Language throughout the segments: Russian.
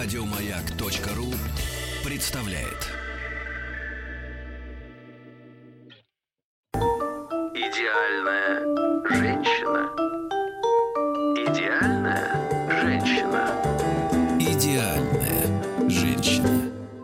Радиомаяк.ру представляет. Идеальная женщина. Идеальная женщина. Идеальная женщина.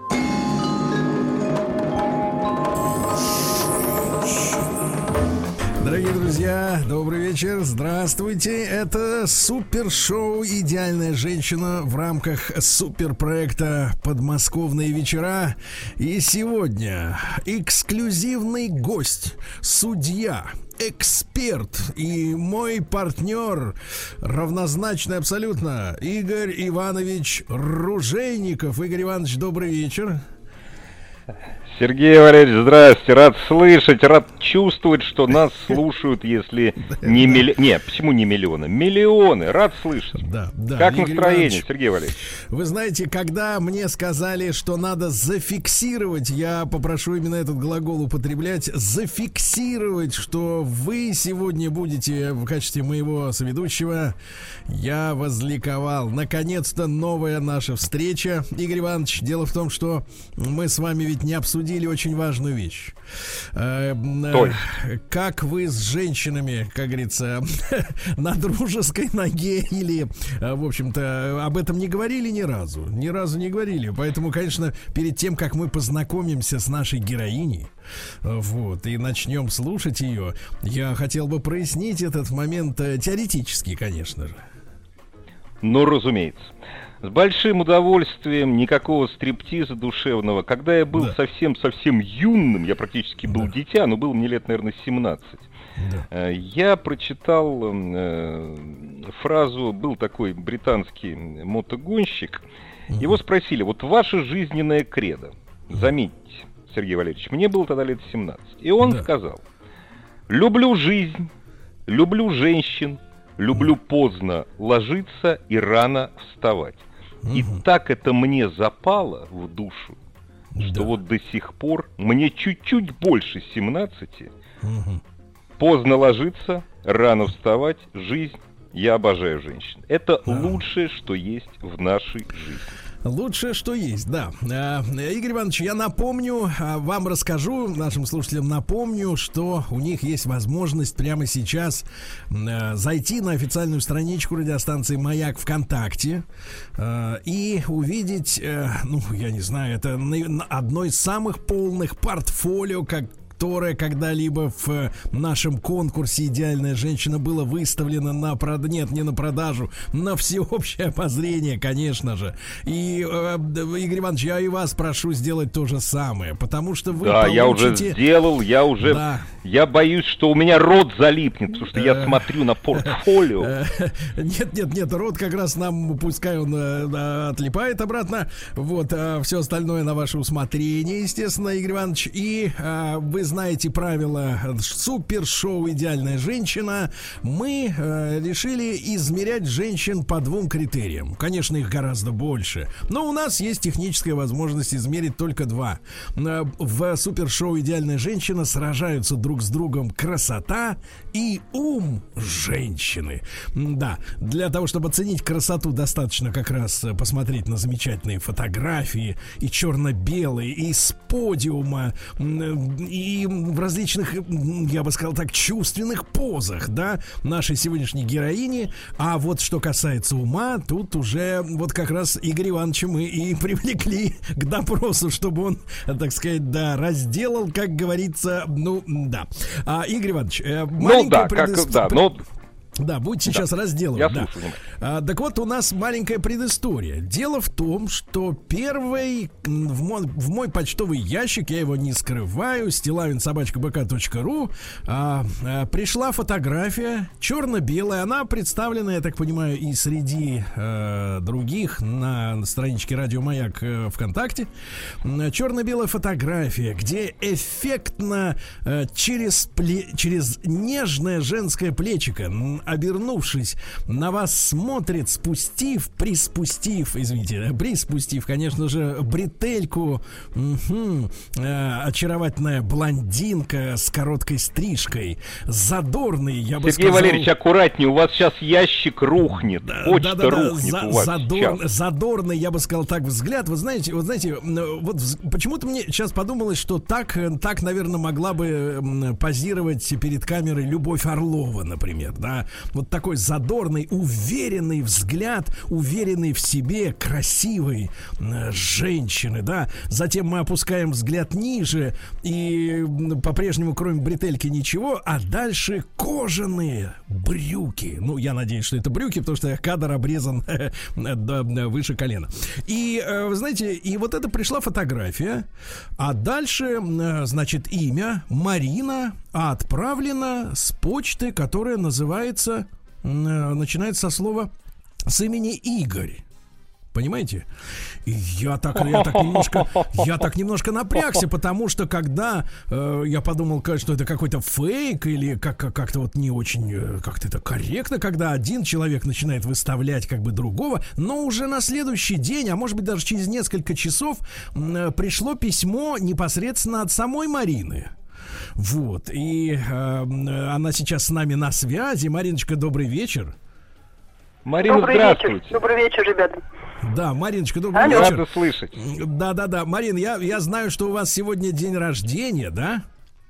Дорогие друзья, добрый вечер, здравствуйте. Это супершоу «Идеальная женщина» в рамках суперпроекта «Подмосковные вечера». И сегодня эксклюзивный гость, судья, эксперт и мой партнер, равнозначный абсолютно, Игорь Иванович Ружейников. Игорь Иванович, добрый вечер. Сергей Валерьевич, здрасте, рад слышать, рад чувствовать, что нас слушают, если не миллионы. Не, почему не миллионы? Миллионы, рад слышать. Да. Как Игорь настроение, Иванович, Сергей Валерьевич? Вы знаете, когда мне сказали, что надо зафиксировать, я попрошу именно этот глагол употреблять, зафиксировать, что вы сегодня будете в качестве моего соведущего, я возликовал. Наконец-то новая наша встреча. Игорь Иванович, дело в том, что мы с вами ведь не обсудили очень важную вещь. Как вы с женщинами, как говорится, на дружеской ноге или, в общем-то, об этом не говорили ни разу. Ни разу не говорили. Поэтому, конечно, перед тем, как мы познакомимся с нашей героиней, вот, и начнем слушать ее, я хотел бы прояснить этот момент теоретически, конечно же. Ну, разумеется. С большим удовольствием, никакого стриптиза душевного. Когда я был совсем юным, я практически был дитя, но было мне лет, наверное, 17. Я прочитал фразу, был такой британский мотогонщик, его спросили, вот ваше жизненное кредо, заметьте, Сергей Валерьевич, мне было тогда лет 17, и он сказал, люблю жизнь, люблю женщин, люблю поздно ложиться и рано вставать. И так это мне запало в душу, что вот до сих пор мне чуть-чуть больше 17. Поздно ложиться, рано вставать, жизнь. Я обожаю женщин. Это лучшее, что есть в нашей жизни. Лучшее, что есть, да. Игорь Иванович, я напомню, вам расскажу, нашим слушателям напомню, что у них есть возможность прямо сейчас зайти на официальную страничку радиостанции «Маяк» ВКонтакте и увидеть, ну, я не знаю, это одно из самых полных портфолио, которое когда-либо в нашем конкурсе «Идеальная женщина» было выставлено на продажу, на всеобщее обозрение, конечно же. И, Игорь Иванович, я и вас прошу сделать то же самое, потому что вы получите... я уже сделал, я боюсь, что у меня рот залипнет, потому что я смотрю на портфолио. Нет, рот как раз нам, пускай он отлипает обратно, вот, все остальное на ваше усмотрение, естественно, Игорь Иванович, и вы знаете правила супершоу «Идеальная женщина». Мы решили измерять женщин по двум критериям. Конечно, их гораздо больше, но у нас есть техническая возможность измерить только два. В супершоу «Идеальная женщина» сражаются друг с другом красота и ум женщины. Да, для того, чтобы оценить красоту, достаточно как раз посмотреть на замечательные фотографии, и черно-белые, и с подиума, и в различных, я бы сказал так, чувственных позах, да, нашей сегодняшней героини. А вот что касается ума, тут уже вот как раз Игоря Ивановича мы и привлекли к допросу, чтобы он, так сказать, да, разделал, как говорится, ну, да. Игорь Иванович, Да, будете сейчас разделывать. Так вот, у нас маленькая предыстория. Дело в том, что первый в мой почтовый ящик, я его не скрываю, stilavin@bk.ru, пришла фотография черно-белая. Она представлена, я так понимаю, и среди других на страничке Радио Маяк ВКонтакте. Черно-белая фотография, где эффектно через нежное женское плечико обернувшись, на вас смотрит, приспустив, конечно же, бретельку, очаровательная блондинка с короткой стрижкой, задорный, я бы Сергей сказал... Валерьевич, аккуратнее, у вас сейчас ящик рухнет, почта рухнет у вас задорный, я бы сказал так, взгляд. Вы знаете, почему-то мне сейчас подумалось, что так, наверное, могла бы позировать перед камерой Любовь Орлова, например, да, вот такой задорный, уверенный взгляд, уверенный в себе, красивой женщины, да. Затем мы опускаем взгляд ниже и по-прежнему кроме бретельки ничего, а дальше кожаные брюки. Ну, я надеюсь, что это брюки, потому что кадр обрезан выше колена. И, вы знаете, и вот это пришла фотография, а дальше, значит, имя Марина отправлено с почты, которая называется, начинается со слова, с имени Игорь. Понимаете? И я так немножко напрягся, потому что когда я подумал, что это какой-то фейк или как-то вот не очень как-то это корректно, когда один человек начинает выставлять как бы другого, но уже на следующий день, а может быть даже через несколько часов пришло письмо непосредственно от самой Марины. Вот, и она сейчас с нами на связи. Мариночка, добрый вечер. Марина, здравствуйте. Добрый вечер, ребята. Да, Мариночка, добрый вечер. Рада слышать. Да. Марин, я знаю, что у вас сегодня день рождения, да?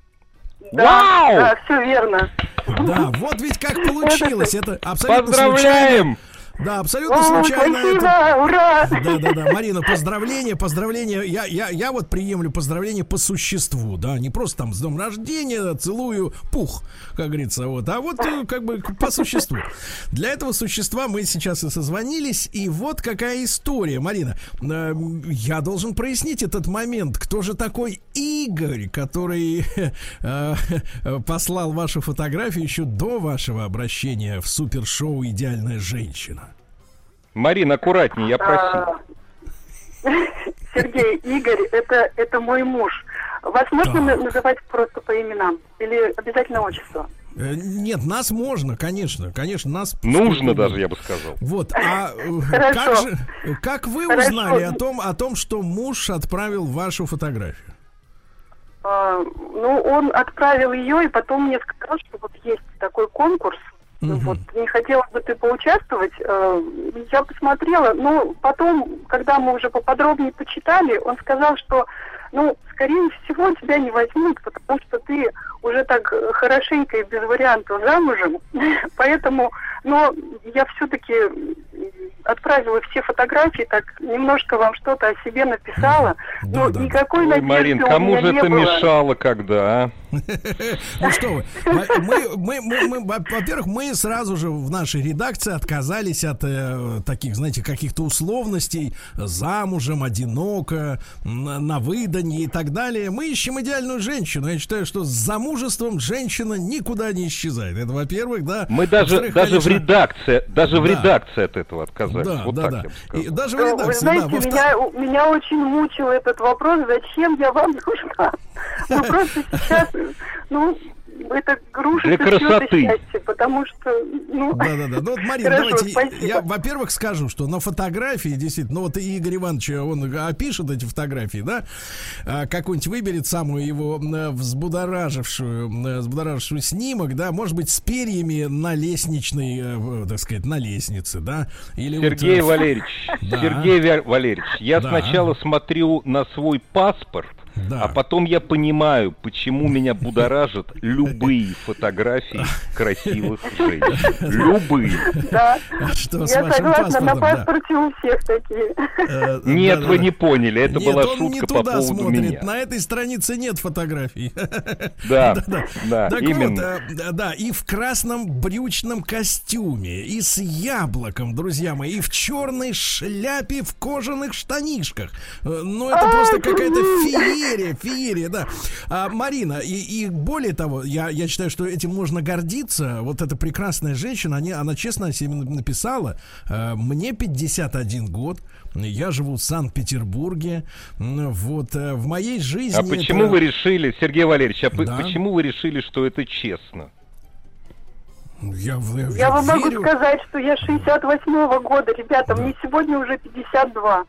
Вау! Да, все верно. Да, вот ведь как получилось. Это абсолютно Поздравляем! случайно. Да, абсолютно случайно. Спасибо, ура! Да, Марина, поздравления. Я вот приемлю поздравления по существу, да, не просто там с днем рождения, целую, пух, как говорится, вот, а вот как бы по существу. Для этого существа мы сейчас и созвонились, и вот какая история, Марина. Я должен прояснить этот момент. Кто же такой Игорь, который послал вашу фотографию еще до вашего обращения в супершоу «Идеальная женщина»? Марина, аккуратнее, я просил. Сергей, Игорь, это мой муж. Вас можно называть просто по именам? Или обязательно отчество? Нет, нас можно, конечно, нас... Нужно даже, я бы сказал. Вот, а как вы узнали о том, что муж отправил вашу фотографию? Ну, он отправил ее, и потом мне сказал, что вот есть такой конкурс. Вот, не хотела бы ты поучаствовать. Я посмотрела, но потом, когда мы уже поподробнее почитали, он сказал, что, скорее всего, тебя не возьмут, потому что ты уже так хорошенько и без вариантов замужем. Поэтому, я все-таки отправила все фотографии, так немножко вам что-то о себе написала. Никакой надежды Марин, кому же это мешало когда, а? Ну что вы, во-первых, мы сразу же в нашей редакции отказались от таких, знаете, каких-то условностей: замужем, одиноко, на выданье и так далее. Мы ищем идеальную женщину. Я считаю, что с замужеством женщина никуда не исчезает. Это, во-первых, да. Мы даже в редакции от этого отказались. Да. И даже в редакции, вы знаете, меня очень мучил этот вопрос: зачем я вам нужна? Вы просто сейчас, это груша для красоты. Счастья, потому что, Да. Вот, Марина, хорошо, давайте спасибо. я, во-первых, скажу, что на фотографии, действительно, вот Игорь Иванович, он опишет эти фотографии, да, какой-нибудь выберет самую его взбудоражившую снимок, да, может быть, с перьями на лестничной, так сказать, на лестнице, да, или Сергей Валерьевич, я сначала смотрю на свой паспорт, а потом я понимаю, почему меня будоражат любые фотографии красивых женщин. Любые. Да. Что с Я вашим согласна, на паспортом? паспорте у всех такие. Нет, вы не поняли, это была он не шутка по туда поводу смотрит. меня. На этой странице нет фотографий. Да, Так именно. вот, да, и в красном брючном костюме, и с яблоком, друзья мои, и в черной шляпе, в кожаных штанишках. Это просто какая-то феерия, да. Марина, и более того, я считаю, что этим можно гордиться. Вот эта прекрасная женщина, она честно о себе написала: мне 51 год, я живу в Санкт-Петербурге, вот, в моей жизни... А почему вы решили, Сергей Валерьевич, почему вы решили, что это честно? Я вам могу верю. сказать, что я 68-го года, ребята, мне сегодня уже 52.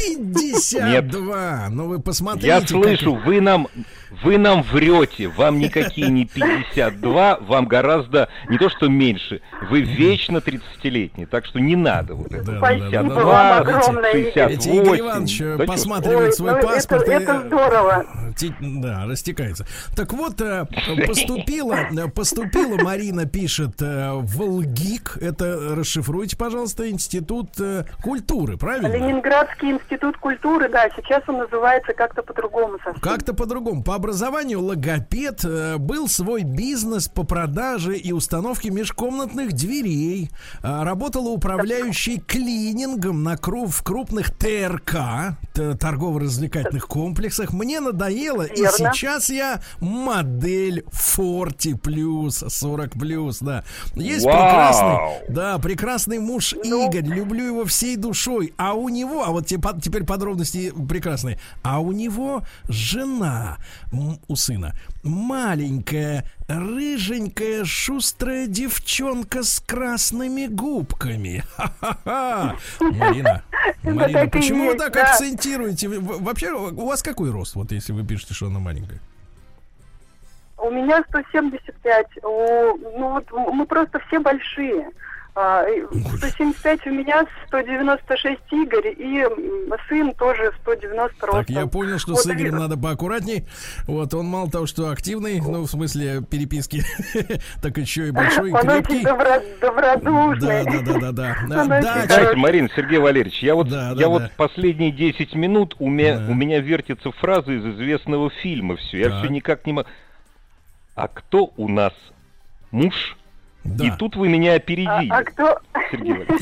52. Ну вы посмотрите. Я слышу, вы нам врете. Вам никакие не 52, вам гораздо не то что меньше. Вы вечно 30-летний, так что не надо вот это. Да, 52, вам огромное, 68. Игорь Иванович посматривает свой паспорт. Это здорово. Да, растекается. Так вот, поступила, Марина пишет, в ЛГИК. Это, расшифруйте, пожалуйста, Институт культуры, правильно? Ленинградский институт культуры, да, сейчас он называется как-то по-другому совсем. Как-то по-другому. По образованию логопед, был свой бизнес по продаже и установке межкомнатных дверей. Работала управляющей клинингом в крупных ТРК, торгово-развлекательных комплексах. Мне надоело, и сейчас я модель Forte плюс, 40 плюс, да. Есть прекрасный муж Игорь, люблю его всей душой, а у него, а вот теперь подробности прекрасные, а у него жена, у сына, маленькая, рыженькая, шустрая девчонка с красными губками. Ха-ха-ха! Марина, почему вы так акцентируете? Вообще, у вас какой рост, вот если вы пишете, что она маленькая? У меня 175. Мы просто все большие. 175 у меня, 196 Игорь, и сын тоже 190 ростом. Так, я понял, что с Игорем надо поаккуратней. Вот, он мало того, что активный, ну, в смысле переписки, так еще и большой, крепкий. Он очень добродушный. Да. Знаете, Марина, Сергей Валерьевич, я вот последние 10 минут у меня вертится фраза из известного фильма все. Я все никак не могу. А кто у нас муж? Да. И тут вы меня опередили. А кто? Сергей Валерьевич.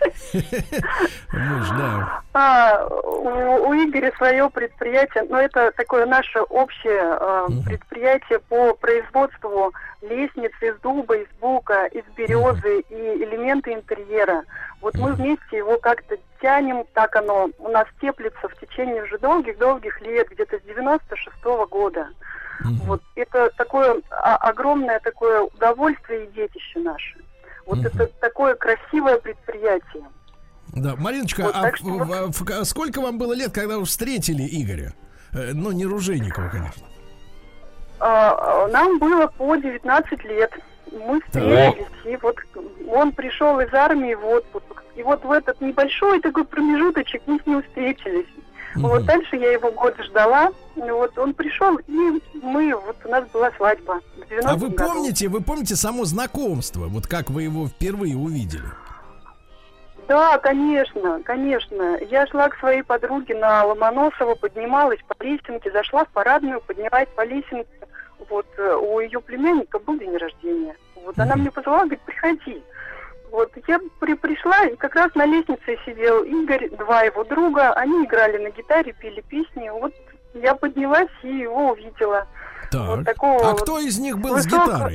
Муж, да. У Игоря свое предприятие, но это такое наше общее предприятие по производству лестниц из дуба, из бука, из березы и элементы интерьера. Вот мы вместе его как-то тянем, так оно у нас теплится в течение уже долгих-долгих лет, где-то с 96-го года. Вот это такое огромное такое удовольствие и детище наше. Вот это такое красивое предприятие. Да, Мариночка, вот, сколько вам было лет, когда вы встретили Игоря? Ну, не Ружейникова, конечно. Нам было по 19 лет. Мы встретились, и вот он пришел из армии в отпуск. И вот в этот небольшой такой промежуточек мы с ним встретились. Вот дальше я его год ждала, вот он пришел, и у нас была свадьба. А вы помните само знакомство, вот как вы его впервые увидели? Да, конечно. Я шла к своей подруге на Ломоносово, поднималась по лесенке, зашла в парадную, поднялась по лесенке. Вот у ее племянника был день рождения. Вот она мне позвала, говорит, приходи. Вот я пришла, и как раз на лестнице сидел Игорь, два его друга, они играли на гитаре, пели песни. Вот я поднялась и его увидела. Так. Вот такого кто из них был с гитарой?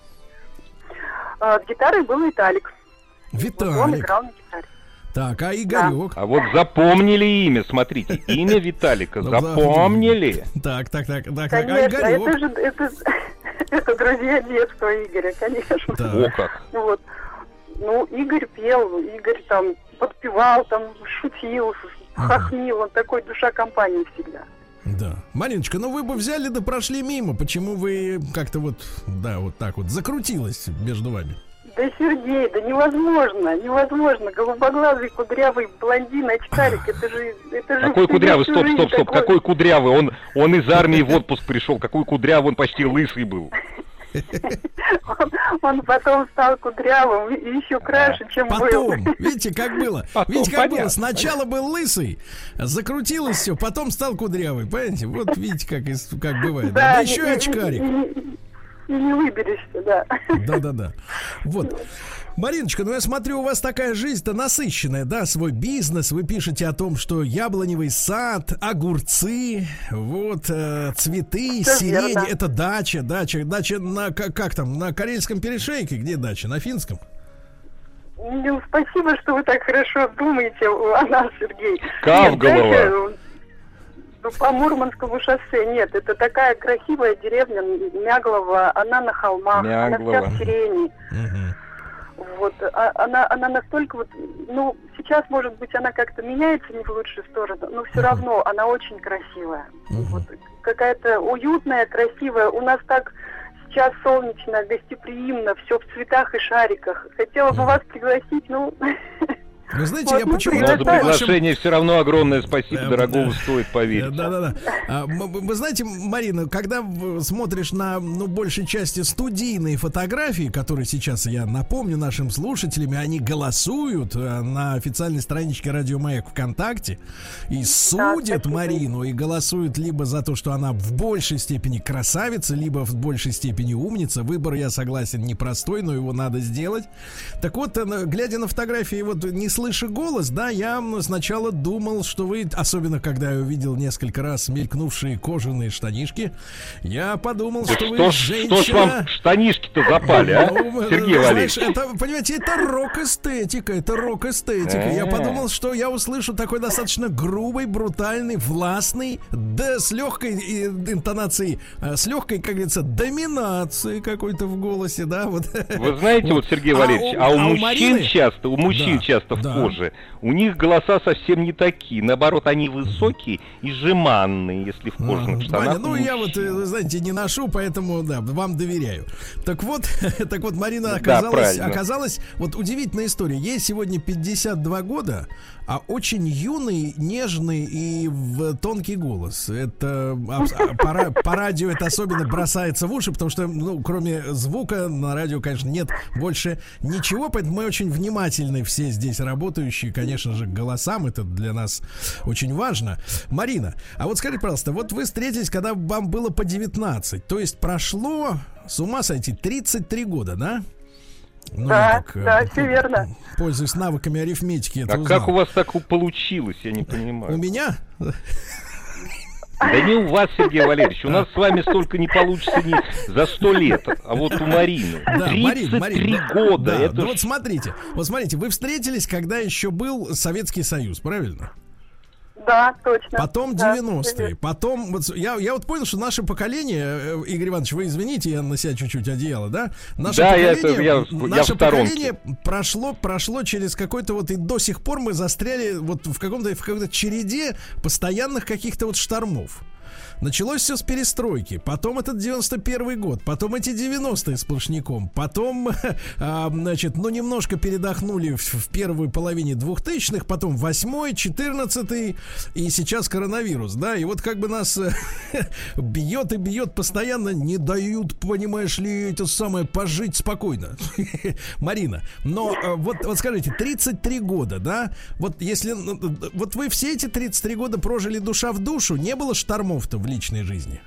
С гитарой был Виталик. Виталик. Вот он играл на гитаре. Так, а Игорек? А вот запомнили имя, смотрите, имя Виталика запомнили. Так. Конечно, а Игорек? Это друзья детства Игоря, конечно. О как. Вот. Ну, Игорь пел, Игорь там подпевал, там шутил, хохмил, он такой душа компании всегда. Да. Мариночка, ну вы бы взяли да прошли мимо, почему вы как-то вот так вот закрутилось между вами? Да, Сергей, да невозможно, голубоглазый, кудрявый блондин, очкарик, это же... Какой кудрявый, стоп, какой кудрявый, он из армии в отпуск пришел, какой кудрявый, он почти лысый был. Он потом стал кудрявым и еще краше, чем был. Потом, видите, как было? Было? Сначала был лысый, закрутилось все, потом стал кудрявый, понимаете? Вот видите, как бывает. Да еще и очкарик. И не выберешься, да. Да. Вот. Мариночка, ну я смотрю, у вас такая жизнь-то насыщенная, да, свой бизнес. Вы пишете о том, что яблоневый сад, огурцы, вот, цветы, все сирень. верно. Это дача на, как там, на Карельском перешейке, где дача, на Финском? Ну, спасибо, что вы так хорошо думаете о нас, Сергей. Кавголова. по Мурманскому шоссе. Нет, это такая красивая деревня Мяглова, она на холмах, Мяглова. она вся в сирени. Вот, она настолько вот, ну, сейчас, может быть, она как-то меняется не в лучшую сторону, но все равно она очень красивая. Вот, какая-то уютная, красивая. У нас так сейчас солнечно, гостеприимно, все в цветах и шариках. Хотела бы вас пригласить, ну... Вы знаете, я почему-то... Но за приглашение все равно огромное спасибо, дорогого стоит, поверить. Да. Вы знаете, Марина, когда смотришь на, ну, большей части студийные фотографии, которые сейчас, я напомню нашим слушателям, они голосуют на официальной страничке Радио Маяк ВКонтакте и судят Марину, и голосуют либо за то, что она в большей степени красавица, либо в большей степени умница. Выбор, я согласен, непростой, но его надо сделать. Так вот, глядя на фотографии, вот не слыша голос, да, я сначала думал, что вы, особенно когда я увидел несколько раз мелькнувшие кожаные штанишки, я подумал, что вы женщина... Что ж вам штанишки-то запали, а, Сергей Валерьевич? Это, понимаете, это рок-эстетика, Я подумал, что я услышу такой достаточно грубый, брутальный, властный, да, с легкой интонацией, с легкой, как говорится, доминацией какой-то в голосе, да, вот. Вы знаете, вот, Сергей Валерьевич, у мужчин часто в коже, у них голоса совсем не такие. Наоборот, они высокие и жеманные, если в кожаных штанах. Ну, я вот, вы знаете, не ношу, поэтому, да, вам доверяю. Так вот, Марина оказалась, вот удивительная история. Ей сегодня 52 года, а очень юный, нежный и тонкий голос. Это по радио это особенно бросается в уши, потому что, ну, кроме звука на радио, конечно, нет больше ничего, поэтому мы очень внимательны все здесь работающие, конечно же, к голосам. Это для нас очень важно. Марина, а вот скажите, пожалуйста, вот вы встретились, когда вам было по 19, то есть прошло, с ума сойти, 33 года, да? Ну, да, все верно. Пользуясь навыками арифметики, это узнал. Как у вас так получилось, я не понимаю. У меня? Да не у вас, Сергей Валерьевич, у нас с вами столько не получится ни за 100 лет, а вот у Марины 33 года. Да, это вот смотрите, вы встретились, когда еще был Советский Союз, правильно? Да, точно. Потом 90-е. Потом, вот я вот понял, что наше поколение, Игорь Иванович, вы извините, я на себя чуть-чуть одеяло, да? Наше поколение прошло через какой-то вот, и до сих пор мы застряли вот в какой-то череде постоянных каких-то вот штормов. Началось все с перестройки, потом этот 91 год, потом эти 90-е сплошняком, потом, значит, ну, немножко передохнули в первой половине 2000-х, потом 8-й, 14-й, и сейчас коронавирус, да, и вот как бы нас бьет и бьет постоянно, не дают, понимаешь ли, это самое, пожить спокойно. Марина, но вот скажите, 33 года, да, вот если, вот вы все эти 33 года прожили душа в душу, не было штормов-то в личной жизни?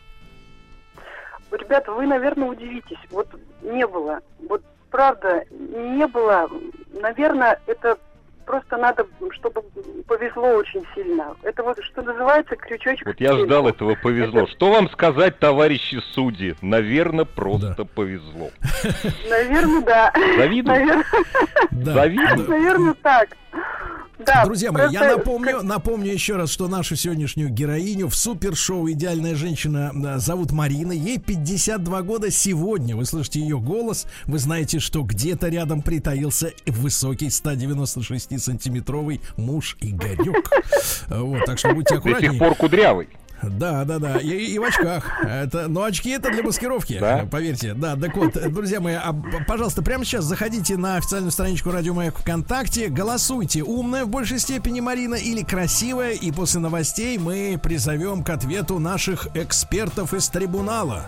Ребята, вы, наверное, удивитесь. Вот не было. Вот правда, не было. Наверное, это просто надо, чтобы повезло очень сильно. Это вот, что называется, крючочек. Вот я ждал этого повезло. Что вам сказать, товарищи судьи? Наверное, просто повезло. Наверное, да. Завидую? Завидую? Наверное, так. Да, друзья мои, я напомню еще раз, что нашу сегодняшнюю героиню в супершоу «Идеальная женщина» зовут Марина. Ей 52 года сегодня. Вы слышите ее голос. Вы знаете, что где-то рядом притаился высокий 196-сантиметровый муж Игорек. Вот, так что будьте аккуратнее. До сих пор кудрявый. Да. И в очках. Но очки это для маскировки, да? Поверьте. Да, так вот, друзья мои, пожалуйста, прямо сейчас заходите на официальную страничку Радио Маяк ВКонтакте, голосуйте, умная в большей степени Марина или красивая, и после новостей мы призовем к ответу наших экспертов из трибунала.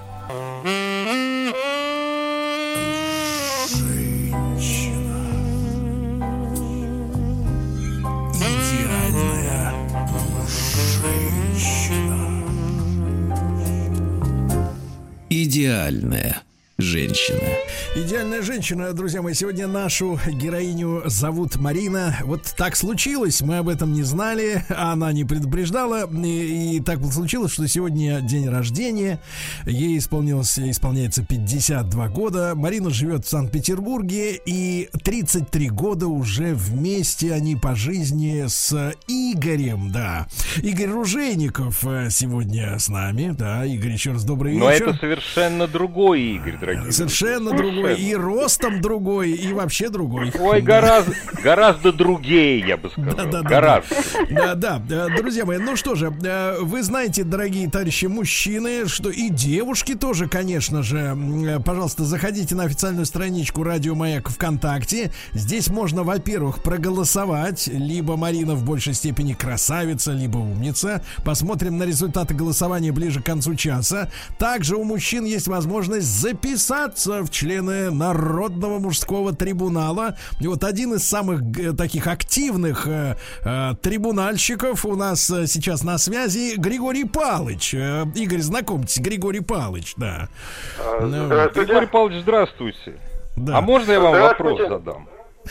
Идеальная женщина. Идеальная женщина, друзья мои. Сегодня нашу героиню зовут Марина. Вот так случилось, мы об этом не знали, она не предупреждала. И так случилось, что сегодня день рождения. Ей исполняется 52 года. Марина живет в Санкт-Петербурге. И 33 года уже вместе они по жизни с Игорем. Да, Игорь Ружейников сегодня с нами. Да, Игорь, еще раз добрый вечер. Но это совершенно другой Игорь, дорогие. Совершенно другой. И ростом другой, и вообще другой. Ой, гораздо другие, я бы сказал. Гораздо. Да, друзья мои, ну что же, вы знаете, дорогие товарищи мужчины, что и девушки тоже, конечно же, пожалуйста, заходите на официальную страничку Радио Маяк ВКонтакте. Здесь можно, во-первых, проголосовать. Либо Марина в большей степени красавица, либо умница. Посмотрим на результаты голосования ближе к концу часа. Также у мужчин есть возможность записаться в члены Народного мужского трибунала. И вот один из самых таких активных трибунальщиков у нас сейчас на связи Григорий Палыч. Игорь, знакомьтесь, Григорий Палыч, да. Здравствуйте. Григорий Павлович, здравствуйте. Да. А можно я вам вопрос задам?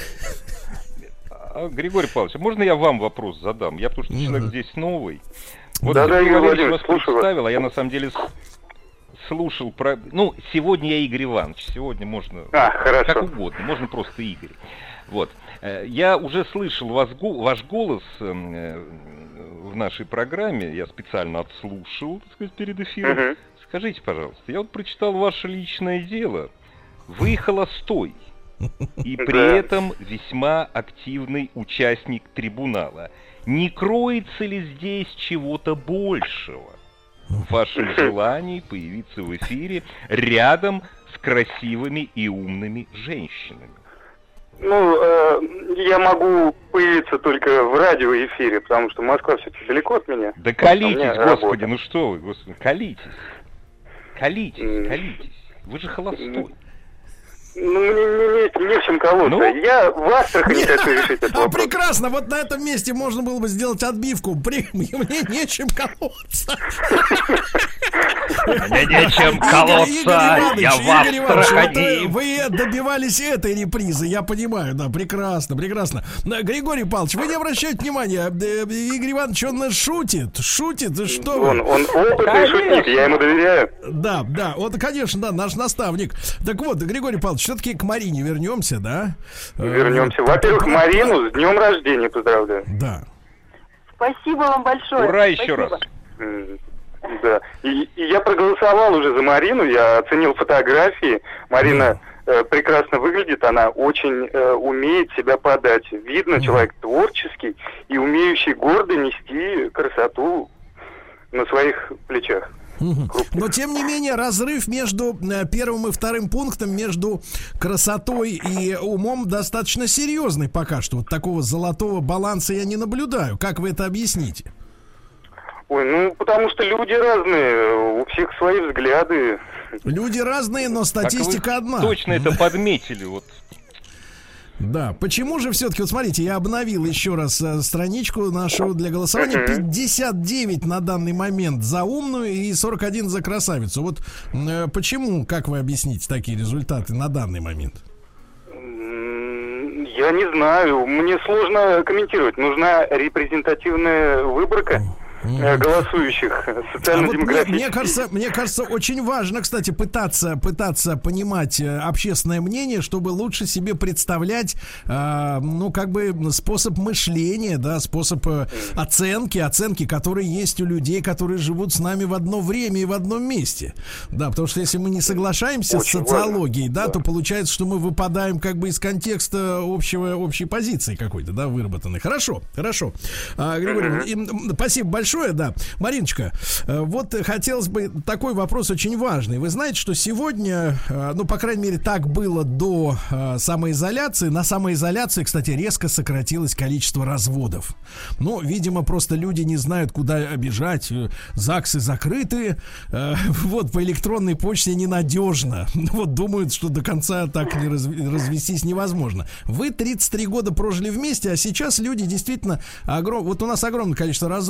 Григорий Павлович, можно я вам вопрос задам? Я потому что человек здесь новый. Вот Игорь Владимирович вас представил, а я на самом деле слушал про... Ну, сегодня я Игорь Иванович, сегодня можно как угодно, можно просто Игорь. Вот. Я уже слышал ваш голос в нашей программе, я специально отслушал, так сказать, перед эфиром. Скажите, пожалуйста, я вот прочитал ваше личное дело. Вы холостой и при этом весьма активный участник трибунала. Не кроется ли здесь чего-то большего в вашем желании появиться в эфире рядом с красивыми и умными женщинами? Ну, я могу появиться только в радиоэфире, потому что Москва все-таки далеко от меня. Да колитесь, господи, ну что вы, господи, колитесь. Вы же холостой. Ну, мне не в чем колоться. Я в Астрахани хочу решить этот вопрос. Прекрасно, вот на этом месте можно было бы сделать отбивку. Мне нечем колоться. Мне нечем колоться, я в Астрахани. Вы добивались этой репризы, я понимаю, да, прекрасно. Григорий Павлович, вы не обращайте внимания, Игорь Иванович, он шутит, что вы? Он опытный шутник, я ему доверяю. Да, вот, конечно, да, наш наставник. Так вот, Григорий Павлович, все-таки к Марине вернемся, да? Вернемся. Во-первых, Марину с днем рождения поздравляю. Да. Спасибо вам большое. Ура еще раз. Да. И я проголосовал уже за Марину, я оценил фотографии. Марина прекрасно выглядит, она очень умеет себя подать. Видно, человек творческий и умеющий гордо нести красоту на своих плечах. Но, тем не менее, разрыв между первым и вторым пунктом, между красотой и умом, достаточно серьезный пока что. Вот такого золотого баланса я не наблюдаю. Как вы это объясните? Ой, ну, потому что люди разные, у всех свои взгляды. Люди разные, но статистика одна. Точно это подметили, вот. Да, почему же все-таки, вот смотрите, я обновил еще раз страничку нашу для голосования. 59 на данный момент за умную и 41 за красавицу. Вот почему, как вы объясните такие результаты на данный момент? Я не знаю, мне сложно комментировать. Нужна репрезентативная выборка голосующих социально-демографических. Мне кажется, очень важно, кстати, пытаться понимать общественное мнение, чтобы лучше себе представлять, способ мышления, да, способ оценки, которые есть у людей, которые живут с нами в одно время и в одном месте. Да, потому что если мы не соглашаемся очень с социологией, да, то получается, что мы выпадаем как бы из контекста общей позиции какой-то, да, выработанной. Хорошо. Григорий, спасибо большое. Да. Мариночка, вот хотелось бы такой вопрос очень важный. Вы знаете, что сегодня, по крайней мере, так было до самоизоляции. На самоизоляции, кстати, резко сократилось количество разводов. Видимо, просто люди не знают, куда бежать. ЗАГСы закрыты. Вот по электронной почте ненадежно. Вот думают, что до конца так не развестись невозможно. Вы 33 года прожили вместе, а сейчас люди действительно... Вот у нас огромное количество разводов.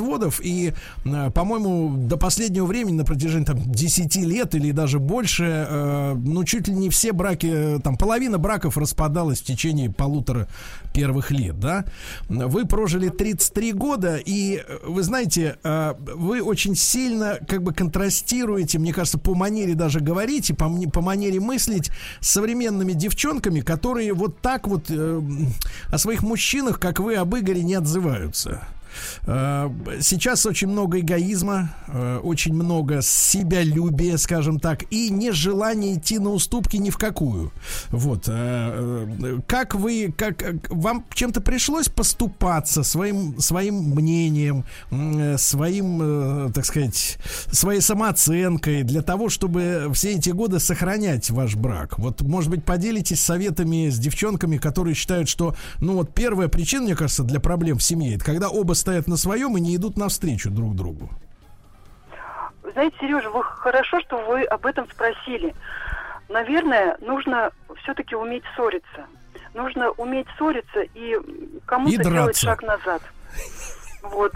и, по-моему, до последнего времени, на протяжении там 10 лет или даже больше, ну, чуть ли не все браки, там, половина браков распадалась в течение 1,5 первых лет, да? Вы прожили 33 года, и, вы знаете, вы очень сильно, как бы, контрастируете, мне кажется, по манере даже говорить и по манере мыслить с современными девчонками, которые вот так вот о своих мужчинах, как вы, об Игоре, не отзываются. Сейчас очень много эгоизма, очень много себялюбия, скажем так, и нежелания идти на уступки ни в какую. Вот. Как вам чем-то пришлось поступаться своим мнением, своим, так сказать, своей самооценкой для того, чтобы все эти годы сохранять ваш брак? Вот, может быть, поделитесь советами с девчонками, которые считают, что, ну, вот первая причина, мне кажется, для проблем в семье, это когда оба стоят на своем и не идут навстречу друг другу. Знаете, Сережа, вы хорошо, что вы об этом спросили. Наверное, нужно все-таки уметь ссориться. Нужно уметь ссориться и кому-то делать шаг назад. Вот.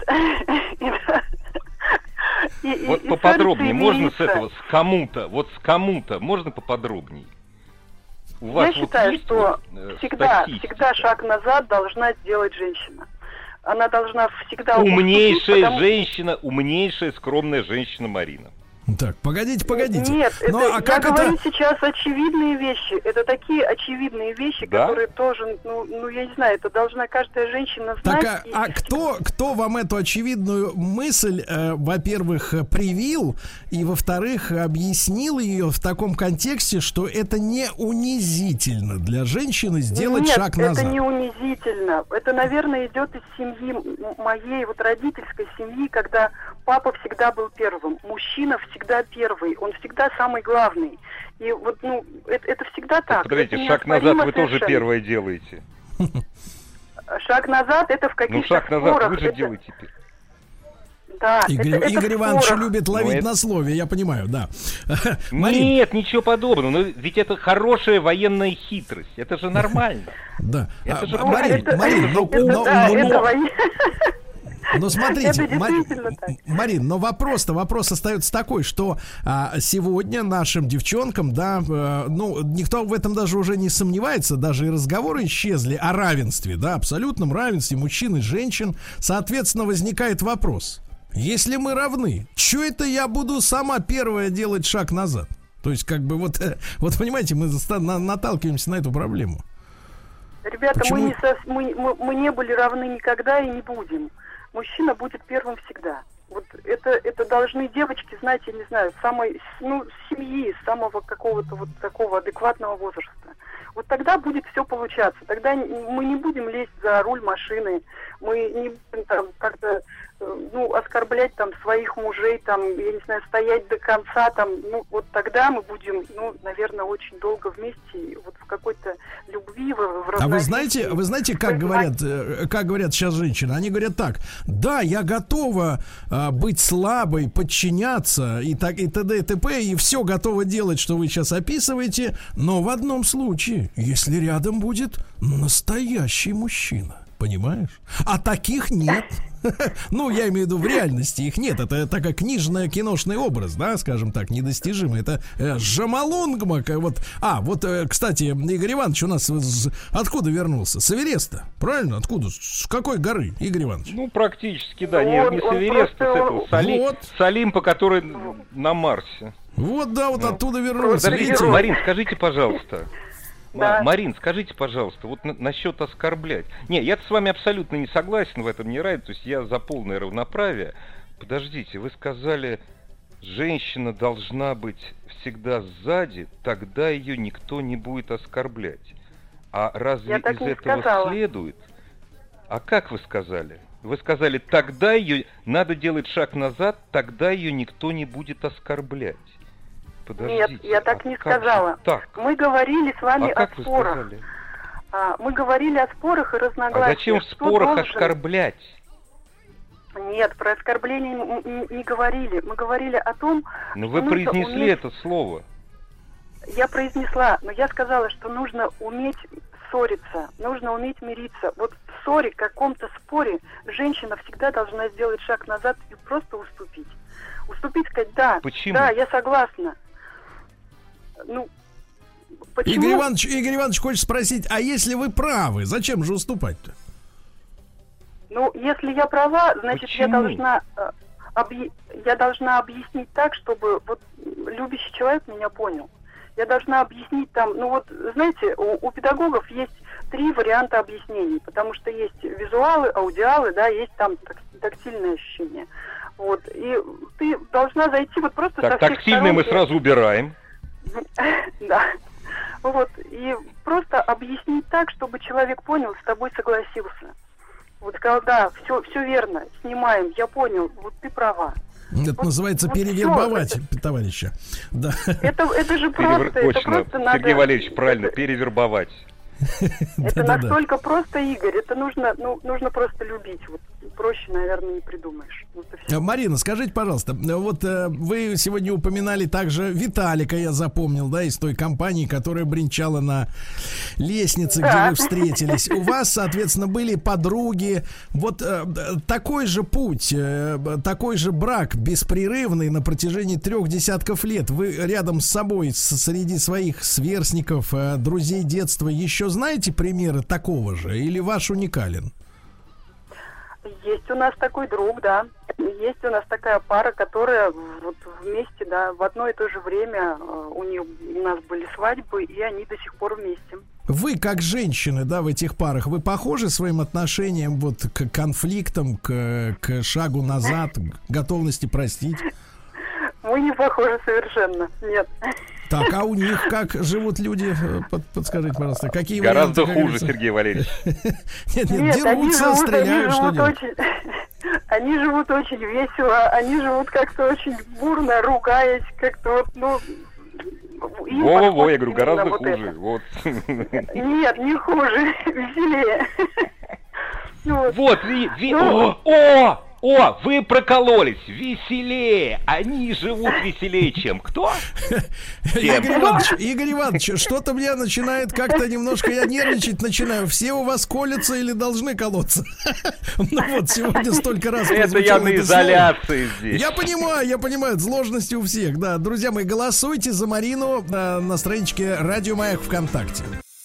Вот поподробнее можно с этого, с кому-то, можно поподробнее? Я считаю, что всегда шаг назад должна сделать женщина. Она должна всегда... Умнейшая, скромная женщина Марина. Так, погодите. Нет, я говорю сейчас очевидные вещи. Это такие очевидные вещи, да? Которые тоже, ну, я не знаю, это должна каждая женщина знать. Так, кто вам эту очевидную мысль, во-первых, привил, и, во-вторых, объяснил ее в таком контексте, что это не унизительно для женщины сделать шаг назад? Нет, это не унизительно. Это, наверное, идет из семьи моей, вот родительской семьи, когда папа всегда был первым, мужчина всегда первый, он всегда самый главный. И вот, ну, это всегда так. Подождите, шаг назад вы тоже первое делаете. Шаг назад это в каких-то спорах. Ну, шаг назад вы же делаете. Да, Игорь Иванович любит ловить на слове, я понимаю, да. Нет, ничего подобного. Но ведь это хорошая военная хитрость. Это же нормально. Да. Марин, но смотрите, Марин, но вопрос остается такой, что сегодня нашим девчонкам, да, ну, никто в этом даже уже не сомневается, даже и разговоры исчезли о равенстве, да, абсолютном равенстве мужчин и женщин. Соответственно, возникает вопрос: если мы равны, что это я буду сама первая делать шаг назад? То есть, как бы, вот понимаете, мы наталкиваемся на эту проблему. Ребята, мы не были равны никогда и не будем. Мужчина будет первым всегда. Вот это должны девочки знать, я не знаю, с семьи, с самого какого-то вот такого адекватного возраста. Вот тогда будет все получаться. Тогда мы не будем лезть за руль машины, мы не будем там как-то, оскорблять там своих мужей, там, я не знаю, стоять до конца, там, вот тогда мы будем, наверное, очень долго вместе, вот в какой-то любви, в равновесии. А вы знаете, как говорят сейчас женщины? Они говорят так: да, я готова быть слабой, подчиняться и т.д. и т.п. и все готова делать, что вы сейчас описываете, но в одном случае, если рядом будет настоящий мужчина. Понимаешь? А таких нет. Ну, я имею в виду, в реальности их нет. Это такой книжно-киношный образ, да, скажем так, недостижимый. Это Джомолунгма. Кстати, Игорь Иванович у нас откуда вернулся? С Эвереста. Правильно? Откуда? С какой горы, Игорь Иванович? Ну, практически, да. Не с Эвереста, с этого. С Олимпа, который на Марсе. Вот, да, вот оттуда вернулся. Подождите, Марин, скажите, пожалуйста. Да. Марин, скажите, пожалуйста, вот насчет оскорблять. Не, я с вами абсолютно не согласен, в этом не нравится, то есть я за полное равноправие. Подождите, вы сказали, женщина должна быть всегда сзади, тогда ее никто не будет оскорблять. А разве из этого следует? А как вы сказали? Вы сказали, тогда ее надо делать шаг назад, тогда ее никто не будет оскорблять. Подождите, нет, я так не сказала. Так? Мы говорили с вами о спорах. Мы говорили о спорах и разногласиях. А зачем в спорах оскорблять? Нет, про оскорбление не говорили. Мы говорили о том... Но вы произнесли это слово. Я произнесла, но я сказала, что нужно уметь ссориться, нужно уметь мириться. Вот ссоре, каком-то споре женщина всегда должна сделать шаг назад и просто уступить. Уступить, сказать, да, Почему? Да, я согласна. Ну, почему? Игорь Иванович хочет спросить, а если вы правы, зачем же уступать-то? Ну, если я права, значит, я должна объяснить так, чтобы вот любящий человек меня понял. Я должна объяснить там, ну вот, знаете, у педагогов есть 3 варианта объяснений, потому что есть визуалы, аудиалы, да, есть там тактильные ощущения. Вот, и ты должна зайти вот просто так, со всех тактильные сторон. мы сразу убираем. Да. Вот, и просто объяснить так, чтобы человек понял, с тобой согласился. Вот сказал, да, все верно, снимаем, я понял, вот ты права. Это вот, называется вот перевербовать товарища. Да. Это же просто, Точно, это просто надо... Сергей Валерьевич, правильно, перевербовать. Это настолько просто, Игорь, это нужно просто любить. Вот проще, наверное, не придумаешь. Вот Марина, скажите, пожалуйста, вот вы сегодня упоминали также Виталика, я запомнил, да, из той компании, которая бренчала на лестнице, да, где вы встретились. У вас, соответственно, были подруги. Вот такой же путь, такой же брак беспрерывный на протяжении 3 десятков лет. Вы рядом с собой, среди своих сверстников, друзей детства, еще знаете примеры такого же? Или ваш уникален? Есть у нас такой друг, да. Есть у нас такая пара, которая вот вместе, да, в одно и то же время у нас были свадьбы, и они до сих пор вместе. Вы, как женщины, да, в этих парах, вы похожи своим отношением вот к конфликтам, к шагу назад, к готовности простить? Мы не похожи совершенно, нет. Так, а у них как живут люди? Подскажите, пожалуйста, какие гораздо варианты, хуже, Сергей Валерьевич. Нет, дерутся, стреляют, что делать? Они живут очень весело, они живут как-то очень бурно, ругаясь, как-то вот, ну... Во-во-во, я говорю, гораздо вот хуже. Вот. Нет, не хуже, веселее. Вот, О, вы прокололись. Веселее. Они живут веселее, чем кто? Игорь Иванович, что-то мне начинает как-то немножко, я нервничать начинаю. Все у вас колются или должны колоться? Ну вот, сегодня столько раз это я на изоляции здесь. Я понимаю, сложности у всех. Да, друзья мои, голосуйте за Марину на страничке Радио Маяк ВКонтакте.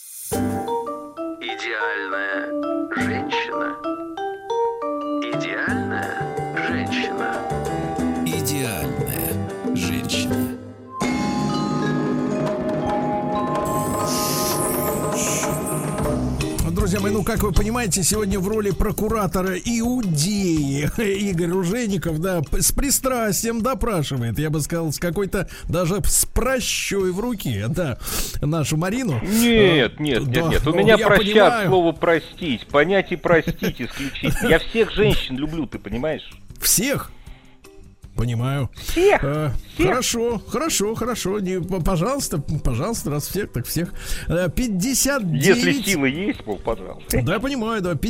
Идеальная женщина. Идеальная женщина. Идеальная женщина. Друзья мои, ну, как вы понимаете, сегодня в роли прокуратора Иудеи Игорь Ружейников, да, с пристрастием допрашивает, я бы сказал, с какой-то, даже с прощой в руке, да, нашу Марину. Нет, у меня прощат слово простить, понять и простить исключительно. Я всех женщин люблю, ты понимаешь? Всех? Понимаю. Всех. Хорошо. Пожалуйста, раз всех, так всех. 59. Если силы есть, пожалуйста. Да, понимаю, да.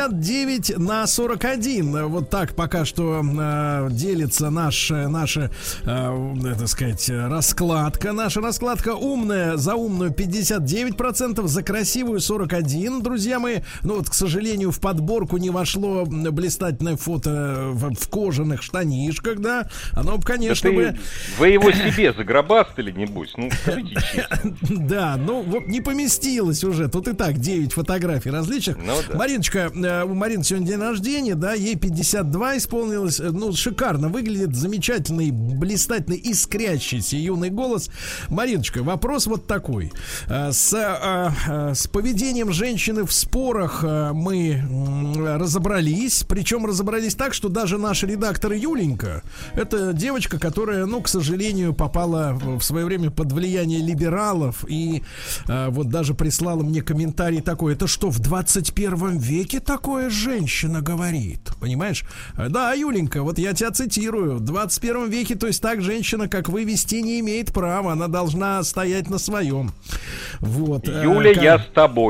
59/41. Вот так пока что делится наша, так сказать, раскладка. Наша раскладка умная, за умную 59%, за красивую 41%, друзья мои. Ну вот, к сожалению, в подборку не вошло блистательное фото в кожаных штанишках, да. Оно, конечно, да вы его себе загробастали, небось. Ну, скажите честно. Да, ну, вот не поместилось уже. Тут и так 9 фотографий различных. Ну, да. Мариночка, у Марины сегодня день рождения, да, ей 52 исполнилось. Ну, шикарно выглядит, замечательный, блистательный, искрящийся юный голос. Мариночка, вопрос вот такой. С поведением женщины в спорах мы разобрались. Причем разобрались так, что даже наш редактор Юленька, это девочка, которая, ну, к сожалению, попала в свое время под влияние либералов и вот даже прислала мне комментарий такой: это что, в 21 веке такое женщина говорит? Понимаешь? Да, Юленька, вот я тебя цитирую: в 21 веке, то есть так женщина, как вы, вести не имеет права, она должна стоять на своем. Вот. Юля, я с тобой.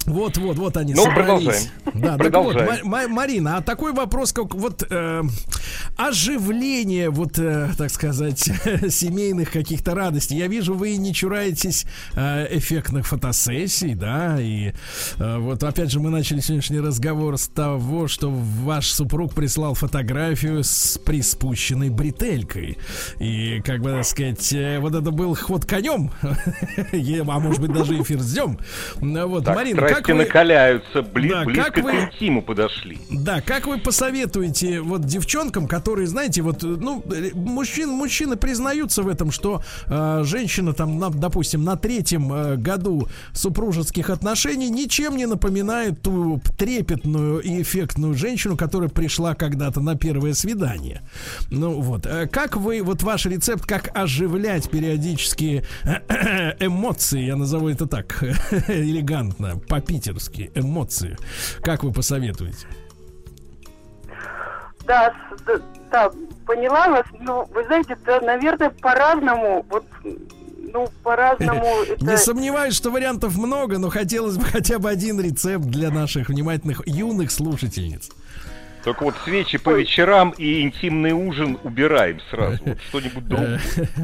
Вот они Ну, собрались. Да, так вот, Продолжаем. Марина, а такой вопрос, как вот оживление, вот, так сказать, семейных каких-то радостей. Я вижу, вы не чураетесь эффектных фотосессий, да, и вот опять же мы начали сегодняшний разговор с того, что ваш супруг прислал фотографию с приспущенной бретелькой. И, как бы, так сказать, вот это был ход конем, а может быть даже и ферзем. Вот, Так, Марина, страсти накаляются, близко как вы... к интиму подошли. Да, как вы посоветуете вот девчонкам, которые, знаете, вот, ну, мужчины признаются в этом, что женщина там, допустим, на 3-м году супружеских отношений ничем не напоминает ту трепетную и эффектную женщину, которая пришла когда-то на первое свидание. Ну вот, как вы, вот ваш рецепт, как оживлять периодически эмоции, я назову это так элегантно, по-питерски, эмоции, как вы посоветуете? Да, поняла вас. Ну, вы знаете, да, наверное, по-разному. Вот, ну, по-разному. Не сомневаюсь, что вариантов много, но хотелось бы хотя бы один рецепт для наших внимательных юных слушательниц. Только вот свечи по вечерам и интимный ужин убираем сразу. Вот что-нибудь другое.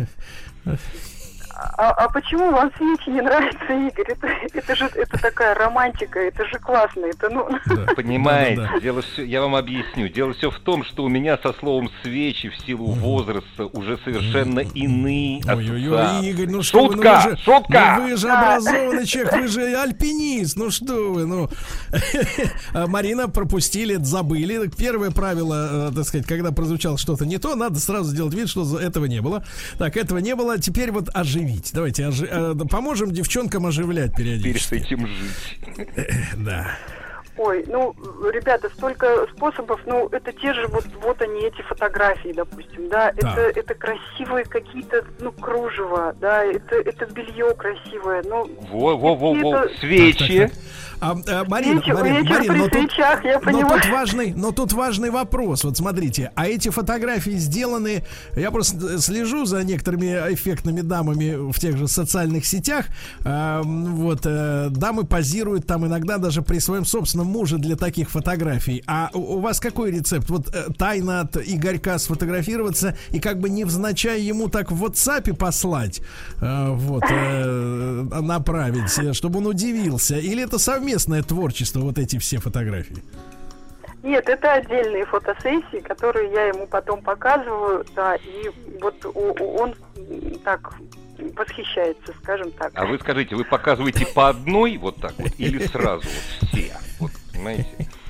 А почему вам свечи не нравятся, Игорь? Это такая романтика, это же классно. Это, ну... Да. Понимаете, дело все, я вам объясню. Дело все в том, что у меня со словом свечи в силу возраста уже совершенно иные ассоциации. Ой-ой-ой, Игорь, ну что шутка, шутка! Ну вы же образованный человек, вы же альпинист, ну что вы, ну. Марина, пропустили, забыли. Первое правило, так сказать, когда прозвучало что-то не то, надо сразу сделать вид, что этого не было. Так, этого не было, теперь вот оживить. Давайте поможем девчонкам оживлять периодически. Теперь с этим жить. Да. Ой, ну, ребята, столько способов, ну, это те же, вот они, эти фотографии, допустим, да, это красивые какие-то, ну, кружева, да, это белье красивое, ну... Во, свечи. Марина, свечах, я понимаю. Но тут важный вопрос. Вот смотрите, а эти фотографии сделаны. Я просто слежу за некоторыми эффектными дамами в тех же социальных сетях. Вот дамы позируют там иногда даже при своем собственном муже для таких фотографий. А у вас какой рецепт? Вот тайно от Игорька сфотографироваться и как бы невзначай ему так в WhatsApp послать, вот направить, чтобы он удивился? Или это совместное творчество, вот эти все фотографии? Нет, это отдельные фотосессии, которые я ему потом показываю, да, и вот он так восхищается, скажем так. А вы скажите, вы показываете по одной вот так вот или сразу вот все? Вот, понимаете?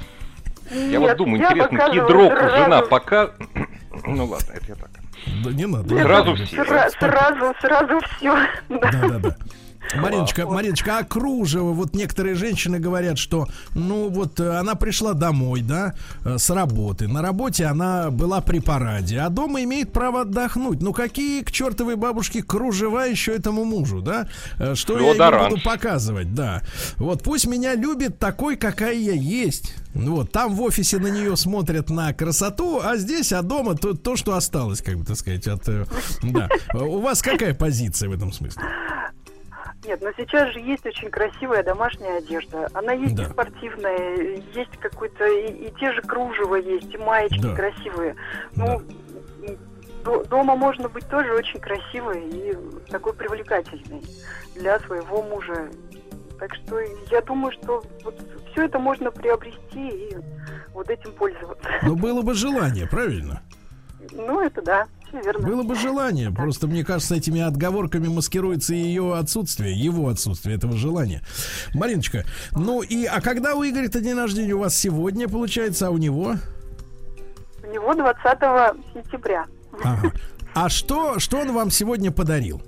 Я вот думаю, интересно, кидровку жена пока... Ну ладно, это я так. Да не надо. Сразу все. Сразу все. Да. Мариночка, а кружево, вот некоторые женщины говорят, что, ну вот она пришла домой, да, с работы, на работе она была при параде, а дома имеет право отдохнуть. Ну какие к чертовой бабушке кружева еще этому мужу, да? Что я ему буду показывать, да. Вот пусть меня любит такой, какая я есть. Вот, там в офисе на нее смотрят на красоту, а здесь, а дома то, что осталось, как бы, так сказать, от... Да. У вас какая позиция в этом смысле? Нет, но сейчас же есть очень красивая домашняя одежда. Она есть и спортивная, есть какой-то, и те же кружева есть, и маечки красивые. Ну, дома можно быть тоже очень красивой и такой привлекательной для своего мужа. Так что я думаю, что вот все это можно приобрести и вот этим пользоваться. Но было бы желание, правильно? Ну, это да. Верно. Было бы желание, просто мне кажется, этими отговорками маскируется ее отсутствие, его отсутствие этого желания. Мариночка, ну и, а когда у Игоря-то день рождения? У вас сегодня, получается, а у него? У него 20 сентября. Ага. А что он вам сегодня подарил?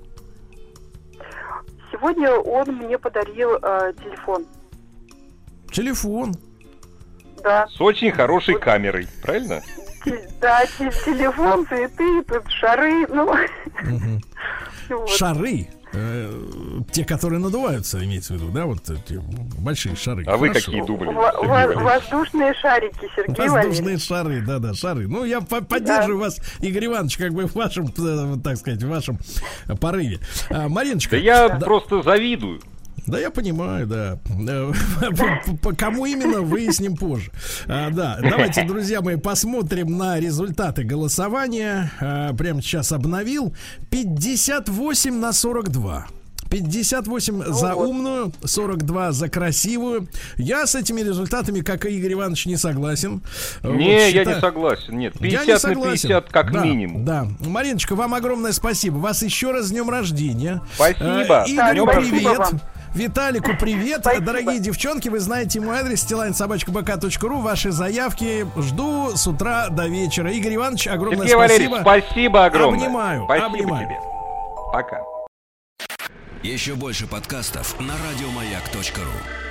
Сегодня он мне подарил телефон. Телефон? Да. С очень хорошей камерой, правильно? Да, телефон, цветы, тут шары, ну... Вот. Шары? Те, которые надуваются, имеется в виду, да? Вот эти большие шары. А вы какие думали? Воздушные шарики, Сергей Валерьевич. Воздушные шары, да, шары. Ну, я поддерживаю вас, Игорь Иванович, как бы в вашем, так сказать, в вашем порыве. Мариночка. Да я просто завидую. Да, я понимаю, да. По кому именно, выясним позже. Да, давайте, друзья мои, посмотрим на результаты голосования. Прямо сейчас обновил. 58-42. 58 за умную, 42 за красивую. Я с этими результатами, как и Игорь Иванович, не согласен. Я не согласен. Нет, 50 на 50 как минимум. Да. Мариночка, вам огромное спасибо. Вас еще раз с днем рождения. Спасибо. Игорю привет. Вам. Виталику привет. Спасибо. Дорогие девчонки, вы знаете мой адрес @собачкабк.ру. Ваши заявки жду с утра до вечера. Игорь Иванович, огромное Сергей спасибо. Валерьевич, спасибо огромное. Обнимаю. Спасибо тебе. Пока. Еще больше подкастов на радиомаяк.ру.